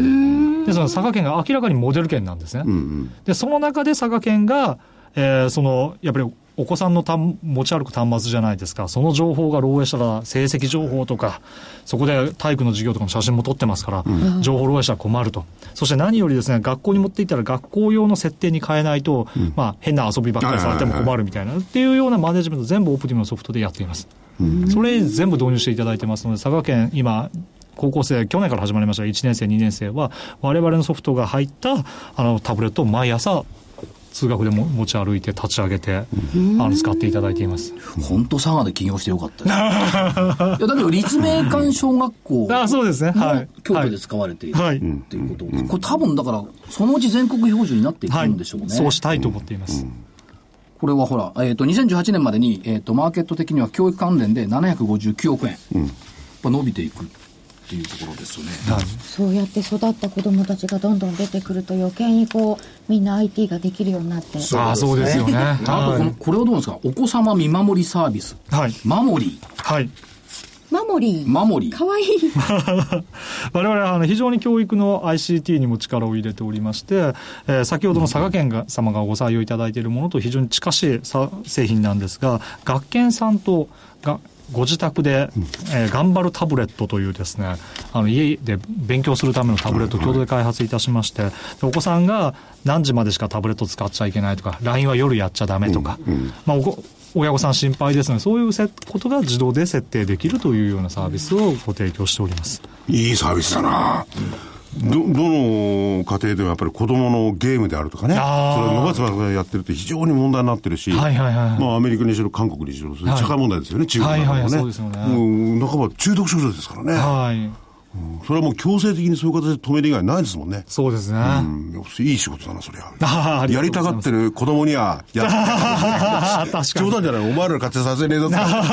でその佐賀県が明らかにモデル県なんですね。うんうん、でその中で佐賀県が、えー、そのやっぱりお子さんの持ち歩く端末じゃないですか、その情報が漏洩したら成績情報とかそこで体育の授業とかの写真も撮ってますから、うん、情報漏洩したら困ると。そして何よりですね、学校に持っていったら学校用の設定に変えないと、うん、まあ、変な遊びばっかりされても困るみたいなっていうようなマネジメント全部オプティムのソフトでやっています。うん、それ全部導入していただいてますので、佐賀県今高校生、去年から始まりましたがいちねん生にねん生は我々のソフトが入ったあのタブレットを毎朝通学でも持ち歩いて立ち上げて、うん、あの使っていただいています。 本当佐賀で起業してよかったですいやだけど立命館小学校あそうですね、はい、京都で使われている、はい、っていうこと、はい、これ多分だからそのうち全国標準になっていくんでしょうね、はい、 そうしたいと思っています、うん、 これはほら、えー、とにせんじゅうはちねんまでに、えー、とマーケット的には教育関連でななひゃくごじゅうきゅうおくえん、うん、やっぱ伸びていくっていうところですよね、はい、 そうやって育った子どもたちがどんどん出てくると余計にこうみんな アイティー ができるようになって、 ああそうですよねあとこのこれはどうですか、お子様見守りサービス、はい、マモリー、 はいマモリー。 マモリー。 かわいい。 我々はあの非常に教育の アイシーティー にも力を入れておりまして、えー、先ほどの佐賀県が様がご採用いただいているものと非常に近しい製品なんですが、学研さんとがご自宅で、えー、頑張るタブレットというですね、あの家で勉強するためのタブレットを共同で開発いたしまして、でお子さんが何時までしかタブレット使っちゃいけないとか ライン は夜やっちゃダメとか、うんうん、まあお親御さん心配ですので、そういうことが自動で設定できるというようなサービスをご提供しております。 いいサービスだな。ど, どの家庭でもやっぱり子供のゲームであるとかね、それを伸ばすばかりやってるって非常に問題になってるし、はいはいはい、まあ、アメリカにしろ韓国にしろそれ社会問題ですよね、はい、中国なんかもね、はいはい、そうですよね。もう半ば中毒症状ですからね、はい、うん、それはもう強制的にそういう形で止める以外ないですもんね。 そうですね、うん、 いい仕事だなそりゃ。あやりたがってる子供にはやって確かに冗談じゃない、お前らの活用させねえぞ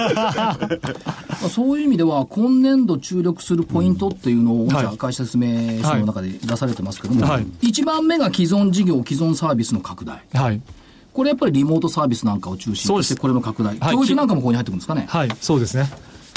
そういう意味では今年度注力するポイントっていうのを、うん、はい、会社説明書の中で出されてますけども、はい、いちばんめが既存事業既存サービスの拡大、はい、これやっぱりリモートサービスなんかを中心としてこれの拡大、はい、教育なんかもここに入ってくるんですかね。 はい、そうですね。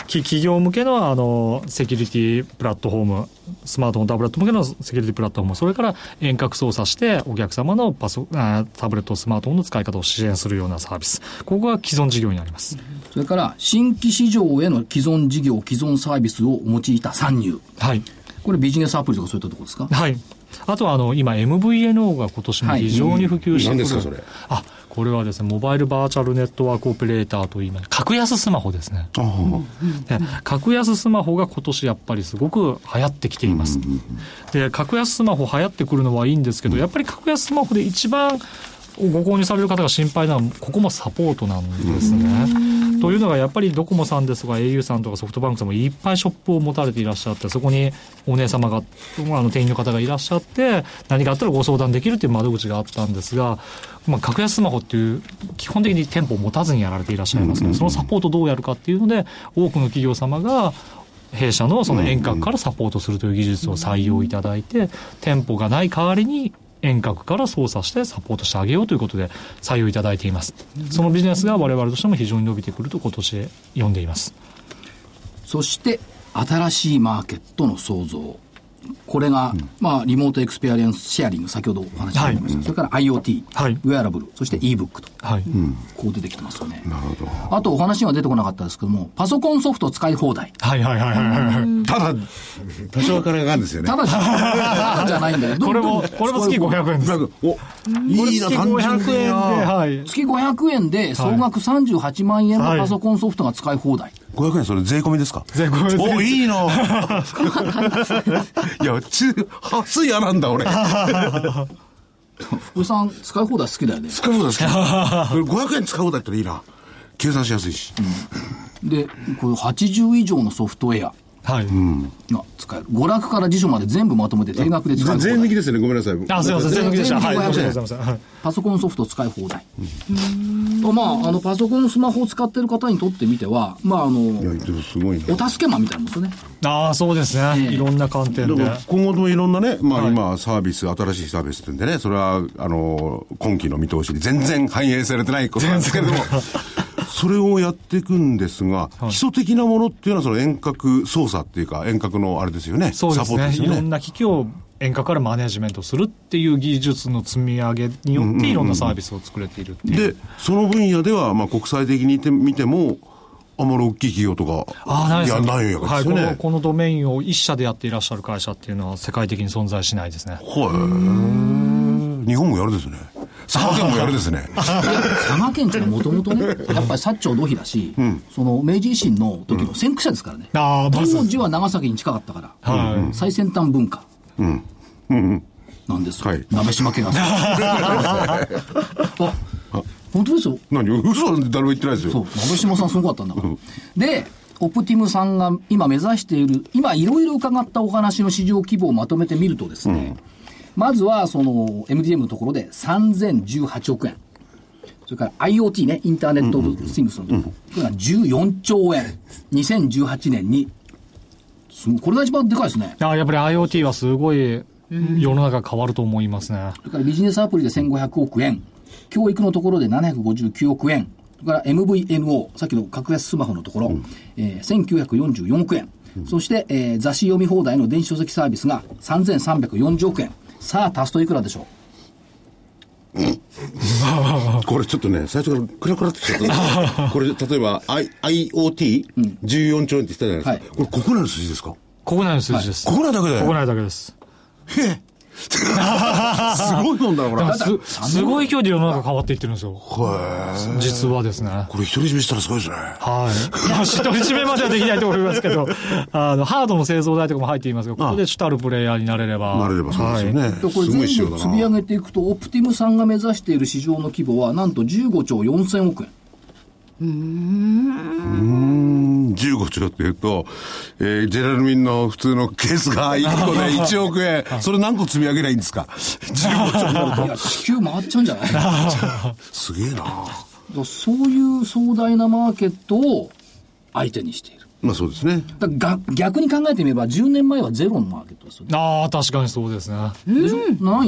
企業向けのあのセキュリティプラットフォーム、スマートフォン、タブレット向けのセキュリティプラットフォーム、それから遠隔操作してお客様のパソタブレット、スマートフォンの使い方を支援するようなサービス、ここが既存事業になります。 それから新規市場への既存事業、既存サービスを用いた参入、 はい、 これビジネスアプリとかそういったところですか？ はい。あとはあの今 エムブイエヌオー が今年も非常に普及してくる、はい、 何ですかそれ？ あ、これはですね、モバイルバーチャルネットワークオペレーターといいます、格安スマホですね。あ、で格安スマホが今年やっぱりすごく流行ってきています。で格安スマホ流行ってくるのはいいんですけど、やっぱり格安スマホで一番ご購入される方が心配なのはここもサポートなんですね。というのがやっぱりドコモさんですとか エーユー さんとかソフトバンクさんもいっぱいショップを持たれていらっしゃって、そこにお姉様があの店員の方がいらっしゃって何かあったらご相談できるという窓口があったんですが、まあ、格安スマホっていう基本的に店舗を持たずにやられていらっしゃいますので、そのサポートをどうやるかっていうので多くの企業様が弊社のその遠隔からサポートするという技術を採用いただいて、店舗がない代わりに遠隔から操作してサポートしてあげようということで採用いただいています。そのビジネスが我々としても非常に伸びてくると今年読んでいます。 そして新しいマーケットの創造、これが、うん、まあ、リモートエクスペリエンスシェアリング、先ほどお話しありました、はい、それから IoT、はい、ウェアラブル、そして ebook と、はい、こう出てきてますよね。なるほど。あとお話には出てこなかったですけども、パソコンソフト使い放題。 はいはいはいはい。 ただ多少からがあるんですよね。 ただじゃないんだけど、 これもこれも月ごひゃくえんです。お、 いいな、単純で、 はい、月ごひゃくえんで総額さんじゅうはちまんえんのパソコンソフトが使い放題。はい、 ごひゃくえん、それ税込みですか？ 税込みです。 お、いいな。いや、ち、はつ嫌なんだ俺。 福さん使い放題好きだよね。 使い放題好き。ごひゃくえん使い放題っていいな。計算しやすいし。 うん、で、こういうはちじゅう以上のソフトウェア。はい。が使える。娯楽から辞書まで全部まとめて定額で使える。 税抜きですね。ごめんなさい。 あ、すいません。税抜きでした。はい。ありがとうございます。 パソコンソフト使い放題。と、まあ、あの、パソコン、スマホを使ってる方にとってみては、まあ、あの、いや、すごいな。お助けマンみたいなもんですよね。 ああ、そうですね。えー、いろんな観点で。 今後ともいろんなね、まあ、はい、今、サービス、新しいサービスってんでね、それは、あの、今期の見通しに全然反映されてないことなんですけれども、それをやっていくんですが、はい、基礎的なものっていうのはその遠隔操作っていうか遠隔のあれですよね。 そうですね。 サポートですよね。 いろんな機器を遠隔からマネジメントするっていう技術の積み上げによっていろんなサービスを作れているっていう。 で、その分野ではまあ国際的に見てもあまり大きい企業とかやないわけですよね。 はい、この、このドメインを一社でやっていらっしゃる会社っていうのは世界的に存在しないですね。はい。 日本もやるですね。佐賀県もやるですね。 佐賀県っていうのはもともとね、やっぱり薩長土肥だし、うん、その明治維新の時の先駆者ですからね。うん、あ当時は長崎に近かったから、うん、最先端文化、うんうん、なんですよ。はい、鍋島家が。あ、本当ですよ。 何嘘なんて誰も言ってないですよ。 そう、鍋島さんすごかったんだから。で、オプティムさんが今目指している、今いろいろ伺ったお話の市場規模をまとめてみるとですね、うん、まずはその エムディーエム のところでさんぜんじゅうはちおくえん。それから IoT ね、インターネットオブスティングスのところ、これがじゅうよんちょうえん。にせんじゅうはちねんに。これが一番でかいですね。 あ、やっぱり IoT はすごい世の中変わると思いますね。 それからビジネスアプリでせんごひゃくおくえん。教育のところでななひゃくごじゅうきゅうおくえん。それから エムブイエヌオー、さっきの格安スマホのところ、うんえー、せんきゅうひゃくよんじゅうよんおくえん。うん、そして、えー、雑誌読み放題の電子書籍サービスがさんぜんさんびゃくよんじゅうおくえん。さあ足すといくらでしょう？うん、 これちょっとね、最初からクラクラってきちゃったこれ例えば I IoT、うん、じゅうよんちょうえんって言ったじゃないですか、はい、これ国内の数字ですか？ 国内の数字です、 はい、国内だけで国内だけです。 へえすごいもんだなこれ。 す, すごい勢いで世の中変わっていってるんですよ。実はですね。 これ独り占めしたらすごいですね。 はい。まあ独り占めまではできないと思いますけど、あのハードの製造代とかも入っていますが、ここで主たるプレイヤーになれれば。 なれればそうですよね。はい、 これ全部積み上げていくと、オプティムさんが目指している市場の規模はなんとじゅうごちょうよんせんおくえん。 うーんじゅうごちょうっていうと、えー、ジェラルミンの普通のケースがいっこでいちおくえんそれ何個積み上げりゃいいんですか？じゅうごちょうになると。 いや地球回っちゃうんじゃない？ すげえな。 そういう壮大なマーケットを相手にしている。 まあそうですね。 だが逆に考えてみればじゅうねんまえはゼロのマーケットですよね。 ああ確かにそうですね。 でしょ、うん、ないんだもん。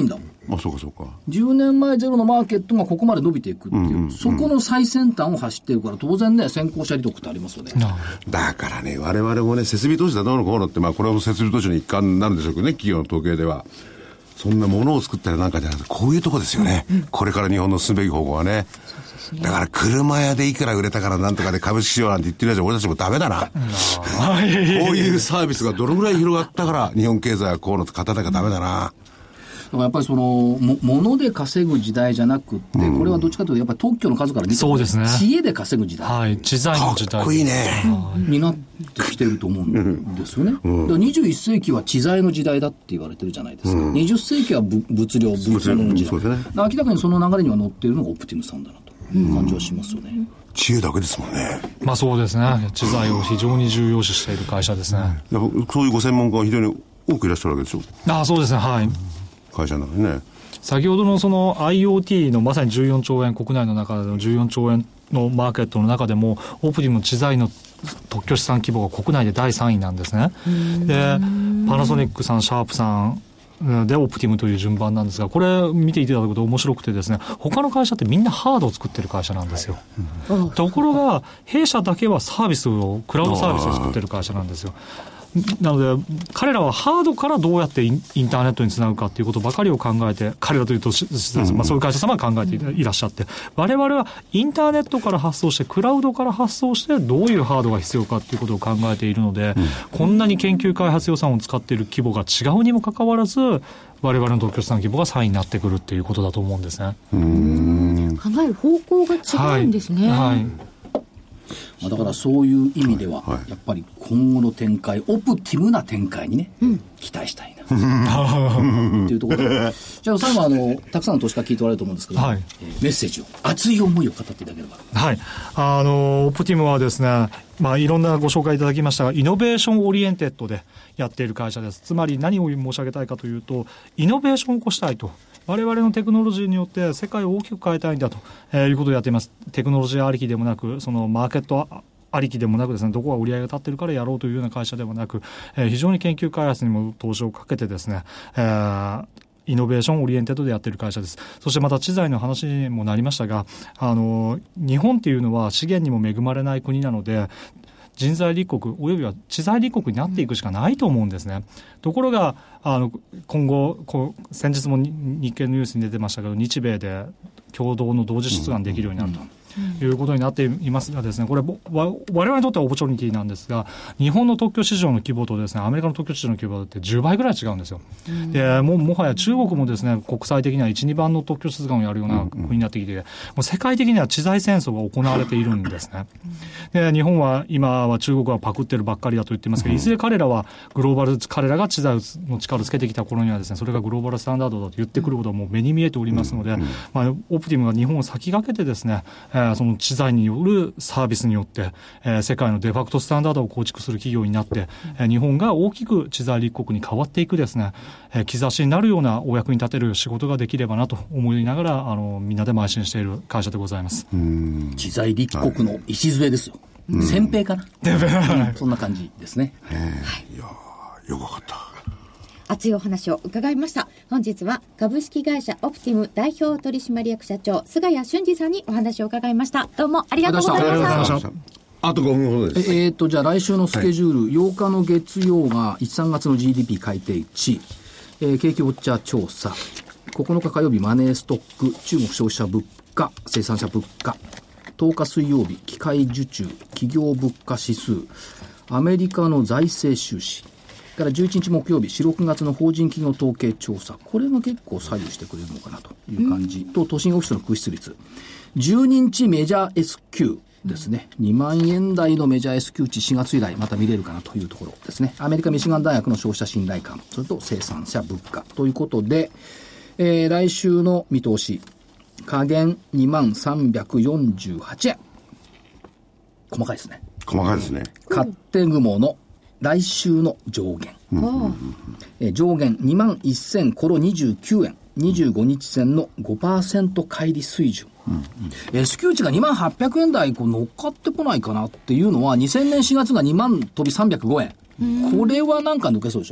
あ、そうかそうか。 じゅうねんまえゼロのマーケットがここまで伸びていくっていう、うんうんうん、そこの最先端を走っているから、当然ね、先行者利得ってありますよね。 だからね、我々もね、設備投資だどうのこうのって、まあ、これも設備投資の一環なんでしょうけどね、企業の統計では。そんなものを作ったりなんかじゃなくて、こういうとこですよね。うんうん、これから日本の進むべき方向はね。だから車屋でいくら売れたからなんとかで株式市場なんて言ってるやつは俺たちもダメだな。こういうサービスがどのぐらい広がったから日本経済はこうのって語らなきゃダメだな。 やっぱりそのも物で稼ぐ時代じゃなくって、うん、これはどっちかというとやっぱり特許の数から見て、 そうですね、 知恵で稼ぐ時代、 はい、知財の時代かっこいいね、 になってきてると思うんですよね、うん、だからにじゅういっ世紀は知財の時代だって言われてるじゃないですか、うん、にじゅっ世紀は物量物量の時代、うんね、明らかにその流れには乗っているのがオプティムさんだなという感じはしますよね、うん、 知恵だけですもんね。 まあそうですね、知財を非常に重要視している会社ですね、 うん、そういうご専門家が非常に多くいらっしゃるわけでしょ。 ああ、そうですね、はい、 会社なのにね。 先ほどのその IoT のまさにじゅうよんちょうえん、国内の中でのじゅうよんちょうえんのマーケットの中でもオプティムの知財の特許資産規模が国内でだいさんいなんですね。でパナソニックさん、シャープさんでオプティムという順番なんですが、これ見ていただくと面白くてですね、他の会社ってみんなハードを作ってる会社なんですよ、はい、ところが弊社だけはサービスをクラウドサービスを作ってる会社なんですよ。なので彼らはハードからどうやってインターネットにつなぐかということばかりを考えて、彼らというと、まあ、そういう会社様は考えていらっしゃって、我々はインターネットから発想してクラウドから発想してどういうハードが必要かということを考えているので、うん、こんなに研究開発予算を使っている規模が違うにもかかわらず我々の特許資産規模がさんいになってくるということだと思うんですね。 うーん、考える方向が違うんですね、はいはい。 だからそういう意味では、やっぱり今後の展開、オプティムな展開にね、うん、期待したいなっていうところで、じゃあ最後あのたくさんの投資家聞いておられると思うんですけど、はい、えー、メッセージを、熱い思いを語っていただければ。 はい、あのオプティムはですね、まあ、いろんなご紹介いただきましたが、イノベーションオリエンテッドでやっている会社です。つまり何を申し上げたいかというと、イノベーションを起こしたいと、我々のテクノロジーによって世界を大きく変えたいんだと、えー、いうことをやっています。テクノロジーありきでもなく、そのマーケットありきでもなくですね、どこが売り上げが立ってるからやろうというような会社でもなく、えー、非常に研究開発にも投資をかけてですね、えーイノベーションオリエンテッドでやっている会社です。そしてまた知財の話にもなりましたが、あの日本っていうのは資源にも恵まれない国なので、人材立国およびは知財立国になっていくしかないと思うんですね。ところがあの今後こう先日も日経のニュースに出てましたけど、日米で共同の同時出願できるようになると、うんうん、いうことになっていますがですね、これ我々にとってはオポチュニティなんですが、日本の特許市場の規模とですね、アメリカの特許市場の規模ってじゅうばいぐらい違うんですよ、うん、で も, もはや中国もですね、国際的にはいち、にばんの特許出願をやるような国になってきて、もう世界的には知財戦争が行われているんですね。で日本は今は中国はパクってるばっかりだと言ってますけど、いずれ彼らはグローバル、彼らが知財の力をつけてきた頃にはですね、それがグローバルスタンダードだと言ってくることはもう目に見えておりますので、まあ、オプティムが日本を先駆けてですね、えー、その知財によるサービスによって、えー、世界のデファクトスタンダードを構築する企業になって、えー、日本が大きく知財立国に変わっていくですね、えー、兆しになるようなお役に立てる仕事ができればなと思いながら、あのみんなで邁進している会社でございます。 うーん、知財立国の礎ですよ、はい、先兵かな、うん、そんな感じですね。 はい、いやよかった。 熱いお話を伺いました。本日は株式会社オプティム代表取締役社長菅谷俊二さんにお話を伺いました。どうもありがとうございました。 あとごふんほどです。 えー、っとじゃあ来週のスケジュール、はい、ようかの月曜がいち、さんがつの ジーディーピー 改定値、えー、景気ウォッチャー調査、ここのか火曜日マネーストック、中国消費者物価、生産者物価、とおか水曜日機械受注、企業物価指数、アメリカの財政収支からじゅういちにち木曜日、し、ろくがつの法人企業統計調査、これが結構左右してくれるのかなという感じ、うん、と都心オフィスの空室率、じゅうににちメジャー エスキュー ですね、うん、にまんえん台のメジャー エスキュー 値しがつ以来また見れるかなというところですね。アメリカミシガン大学の消費者信頼感、それと生産者物価ということで、えー、来週の見通し、下限 にまんさんびゃくよんじゅうはちえん、細かいですね。 細かいですね。 勝手雲の来週の上限、うんえー、上限 にまんせんコロにじゅうきゅうえん、にじゅうごにち線の ごパーセント 乖離水準、うんうん、S q 値がにまんはっぴゃくえん台こう乗っかってこないかなっていうのは、にせんねんしがつがにまん飛びさんびゃくごえん、これはなんか抜けそうでしょ。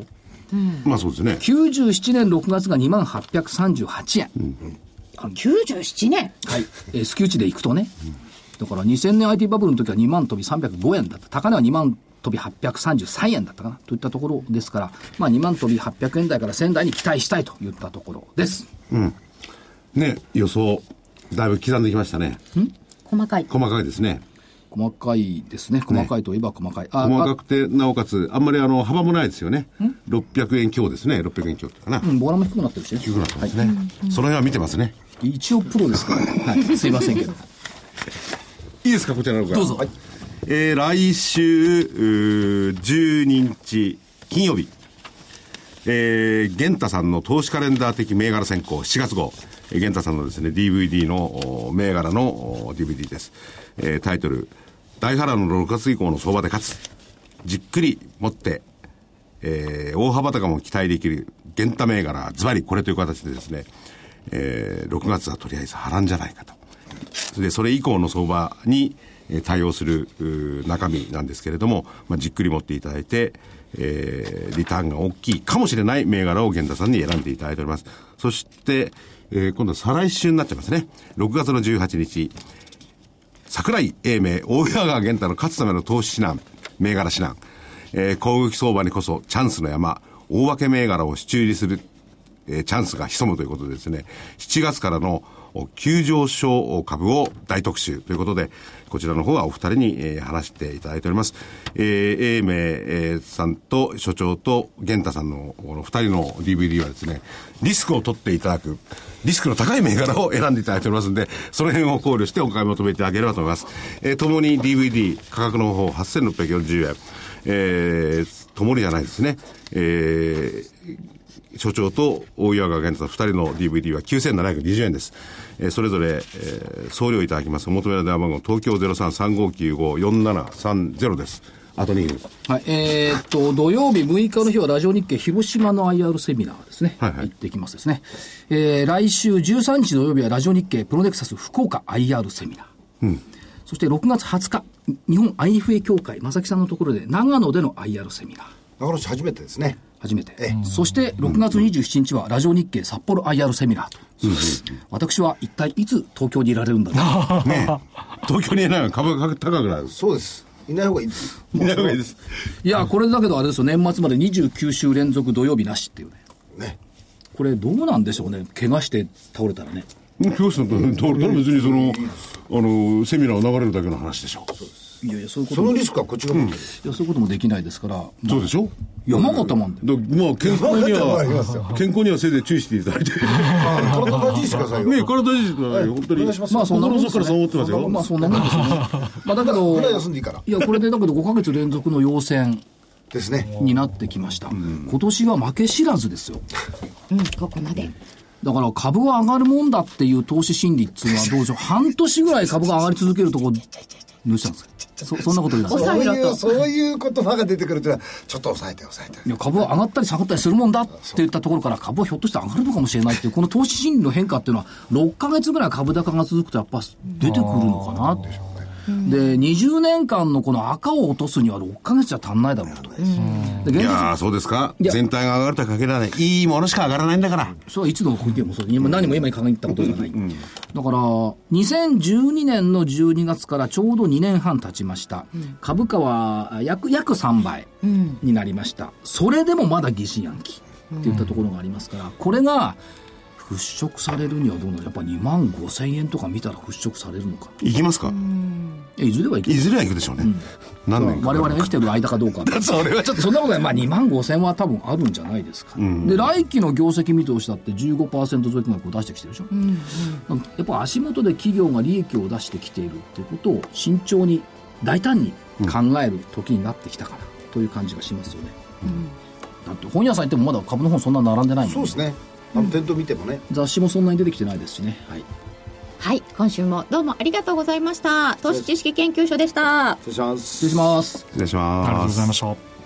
うん、まあそうですね。 きゅうじゅうななねんろくがつがにまんはっぴゃくさんじゅうはちえん。うんうん、きゅうじゅうななねんはい。えー、スキュー値でいくとね。だからにせんねん アイティー バブルの時はにまん飛びさんびゃくごえんだった。高値はにまん飛びはっぴゃくさんじゅうさんえんだったかな。といったところですから、まあにまん飛びはっぴゃくえん台からせん台に期待したいといったところです。 うん。ね、予想、だいぶ刻んできましたね。 ん細かい。 細かいですね。 細かいですね。細かいといえば細かい。ね、 あ細かくて、なおかつ、あんまりあの、幅もないですよね。ろっぴゃくえん強ですね。ろっぴゃくえん強ってかな。 うん、ボラも低くなってるしね。 低くなってますね。はい、その辺は見てますね。 一応プロですから、ね、はい。すいませんけど。 いいですか、こちらの方から。 どうぞ。 はい、えー、来週、じゅうににち、金曜日。えー、玄太さんの投資カレンダー的銘柄選考しちがつ号。玄太さんのですね、ディーブイディー の銘柄の ディーブイディー です。えー、タイトル、大波乱のろくがつ以降の相場で勝つ。じっくり持って、えー、大幅高も期待できる玄太銘柄、ズバリこれという形でですね、えー、ろくがつはとりあえず波乱じゃないかと。で、それ以降の相場に対応する中身なんですけれども、まあ、じっくり持っていただいて、えー、リターンが大きいかもしれない銘柄を玄太さんに選んでいただいております。そして、えー、今度は再来週になっちゃいますね。ろくがつのじゅうはちにち、桜井英明、大岩川玄太の勝つための投資指南、銘柄指南、えー、攻撃相場にこそチャンスの山、大分け銘柄を手中入りする、えー、チャンスが潜むということでですね、しちがつからの急上昇株を大特集ということで、こちらの方はお二人に、えー、話していただいております。えー、英明、えー、さんと所長と玄太さんのこの二人の ディーブイディー はですね、リスクを取っていただく、リスクの高い銘柄を選んでいただいておりますので、その辺を考慮してお買い求めいただければと思います。えー、ともに ディーブイディー 価格の方はっせんろっぴゃくよんじゅうえん、えー、ともにじゃないですね、えー所長と大岩川玄太さんふたりの ディーブイディー はきゅうせんななひゃくにじゅうえんです。えー、それぞれ、えー、送料いただきます。お求めの電話番号、東京 ゼロさん さんごきゅうご よんななさんゼロ です。あとに分。 はい、えー、っと、土曜日むいかの日はラジオ日経広島の アイアール セミナーですね。はいはい。行ってきますですね。えー、来週じゅうさんにち土曜日はラジオ日経プロネクサス福岡 アイアール セミナー。うん。そしてろくがつはつか、日本 アイエフエー 協会、正木さんのところで長野での アイアール セミナー。 長野市初めてですね。 初めて。ええ、そしてろくがつにじゅうしちにちはラジオ日経札幌 アイアール セミナーと。うん、私は一体いつ東京にいられるんだろう。 ね東京にいないの株が高くなる。 そうです。いない方がいいです。 いない方がいいです。 いや、これだけどあれですよ、年末までにじゅうきゅうしゅう連続土曜日なしっていうね。ね。これどうなんでしょうね。怪我して倒れたらね。 怪我したら倒れたら別にその、あの、セミナーを流れるだけの話でしょ。そうです。 いやいや、そういうことそのリスクはこっちが、うん、いやそういうこともできないですから、まあ、 そうでしょ。 山形もんで、 まあ、健康には健康にはせいぜい注意していただいて体大事にしてくださいよ。 ね、体大事にしてくださいよ。本当に。 まあそんなもんですね。そう思ってますよ。 まあそんなもんですね。まあだけど、 ぐらい休んでいいから。 いやこれでだけどごかげつ連続の陽線ですねになってきました。今年は負け知らずですよ。 うん、ここまで。 だから株は上がるもんだっていう投資心理っていうのはどうでしょう。半年ぐらい株が上がり続けるとこどうしたんですか。そ, そんなこと言うな。 そういうそういう言葉が出てくるというのはちょっと抑えて抑えて。 いや株は上がったり下がったりするもんだって言ったところから株はひょっとして上がるのかもしれないっていうこの投資心理の変化っていうのはろっかげつぐらい株高が続くとやっぱ出てくるのかなって。でにじゅうねんかんのこの赤を落とすにはろっかげつじゃ足んないだろうと。 いやーそうですか。全体が上がるとは限らない。いいものしか上がらないんだから。 それはいつの風景もそうで何も今に限ったことがない、うん、だからにせんじゅうにねんのじゅうにがつからちょうどにねんはん経ちました、うん、株価は約約さんばいになりました、うん、それでもまだ疑心暗鬼っていったところがありますから、これが払拭されるにはどうなる。やっぱにまんごせんえんとか見たら払拭されるのか。 いきますか。 いずれはいく。 いずれはいくでしょうね、うん、何年か我 々が生きてる間かどうかそれはちょっとそんなことない。まあにまんごせんは多分あるんじゃないですか、うん、で来期の業績見通しだって じゅうごパーセント 増益額を出してきてるでしょ、うんうん、やっぱ足元で企業が利益を出してきているっていうことを慎重に大胆に考える時になってきたかなという感じがしますよね、うん、だって本屋さん行ってもまだ株の本そんな並んでないもんね。 そうですね。あの店頭見てもね、 雑誌もそんなに出てきてないですしね。はい、 はい、今週もどうもありがとうございました。投資知識研究所でした。 失礼します。 失礼します。 失礼します。 ありがとうございました。